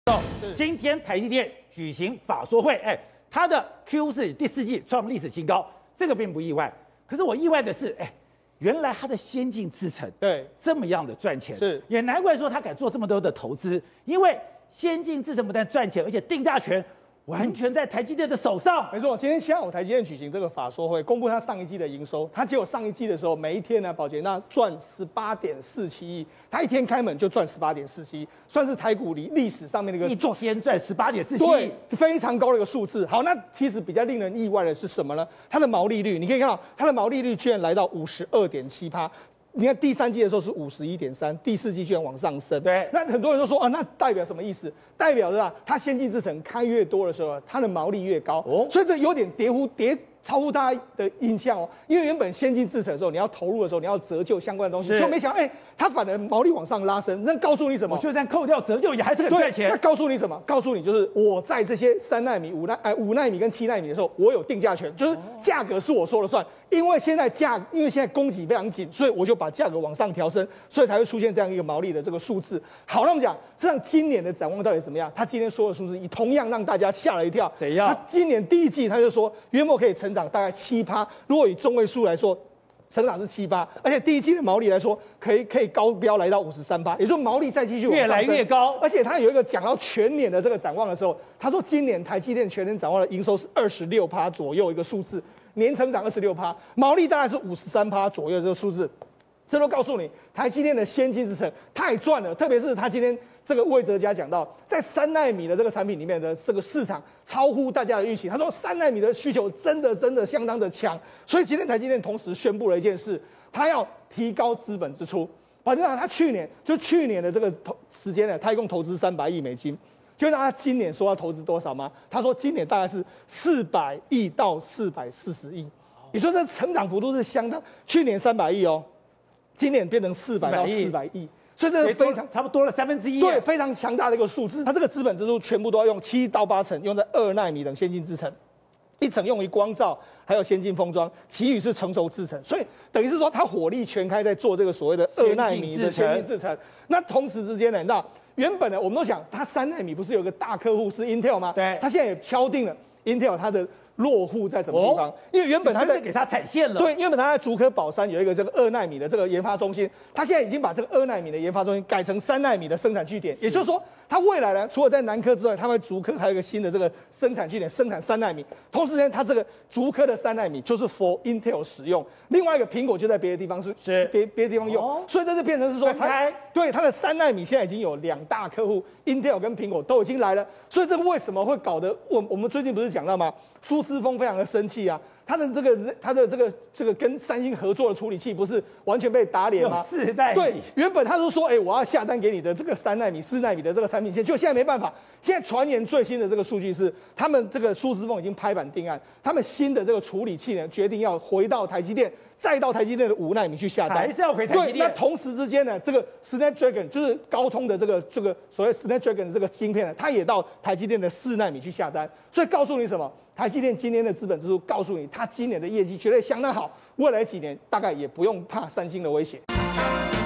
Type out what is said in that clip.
今天台积电举行法说会，它的 Q4第4季创历史新高，这个并不意外。可是我意外的是，原来它的先进制程这么样的赚钱， 是也难怪说它敢做这么多的投资，因为先进制程不但赚钱，而且定价权完全在台积电的手上。 没错，今天下午台积电举行这个法说会，公布它上一季的营收。它只有上一季的时候，每一天呢，宝洁那赚18.47亿，它一天开门就赚18.47亿，算是台股历史上面的一天赚18.47亿， 对，非常高的一个数字。好，那其实比较令人意外的是什么呢？它的毛利率，你可以看到它的毛利率居然来到52.7%。你看第3季的时候是51.3%，第4季居然往上升。 对， 那很多人都说啊，那代表什么意思？代表着它先进制程开越多的时候，它的毛利越高。所以这有点超乎大家的印象哦。因为原本先进制程的时候，你要投入的时候，你要折旧相关的东西，就没想到它反而毛利往上拉升。那告诉你什么？ 就算扣掉折旧也还是很赚钱。 那告诉你什么？告诉你就是我在这些3奈米、5奈米跟7奈米的时候，我有定价权，就是价格是我说了算。因为现在供给非常紧，所以我就把价格往上调升，所以才会出现这样一个毛利的这个数字。好，那我们讲，这样今年的展望到底怎么样？他今天说的数字，同样让大家吓了一跳。 怎样？ 他今年第1季他就说，约莫可以成长大概7%，如果以中位数来说，成长是7%，而且第1季的毛利来说，可以高标来到53%，也就是毛利再继续往上升， 越来越高。 而且他有一个讲到全年的这个展望的时候，他说今年台积电全年展望的营收是26%左右一个数字。年成长26%，毛利大概是53%左右的这个数字，这都告诉你台积电的先进制程太赚了。特别是他今天这个魏哲家讲到，在3奈米的这个产品里面的这个市场超乎大家的预期。他说3奈米的需求真的相当的强，所以今天台积电同时宣布了一件事，他要提高资本支出。反正他去年的这个时间呢，他一共投资300亿美金。就让他今年说要投资多少吗？他说今年大概是400亿到440亿，你说这成长幅度是相当。去年300亿哦，今年变成400到400亿，所以这个非常差不多多了1/3。 对，非常强大的一个数字。它这个资本支出全部都要用7到8成用在2奈米等先进制程，1成用于光照，还有先进封装，其余是成熟制程。所以等于是说，它火力全开在做这个所谓的2奈米的先进制程。那同时之间呢，你知道？原本呢，我们都想，它3奈米不是有个大客户是 Intel 吗？ 对， 它现在也敲定了 Intel 它的落户在什么地方？因为原本它在给它产线了。 对，原本它在竹科宝山有一个这个2奈米的这个研发中心，它现在已经把这个2奈米的研发中心改成3奈米的生产据点，也就是说，它未来呢，除了在南科之外，它在竹科还有一个新的这个生产据点，生产3奈米。同时呢，它这个竹科的3奈米就是 for Intel 使用，另外一个苹果就在别的地方别的地方用，所以这就变成是说，对它的3奈米现在已经有2大客户 ，Intel 跟苹果都已经来了，所以这个为什么会搞得我们最近不是讲到吗？苏姿丰非常的生气啊。他的这个跟三星合作的处理器不是完全被打脸吗 ？4奈米。 对，原本他就说，我要下单给你的这个3奈米、4奈米的这个产品线，就现在没办法。现在传言最新的这个数据是，他们这个苏姿丰已经拍板定案，他们新的这个处理器呢，决定要回到台积电，再到台积电的5奈米去下单， 还是要回台积电。 对，那同时之间呢，这个 Snapdragon 就是高通的这个所谓 Snapdragon 的这个晶片呢，它也到台积电的4奈米去下单，所以告诉你什么？台积电今年的资本支出告诉你，它今年的业绩绝对相当好，未来几年大概也不用怕三星的威胁。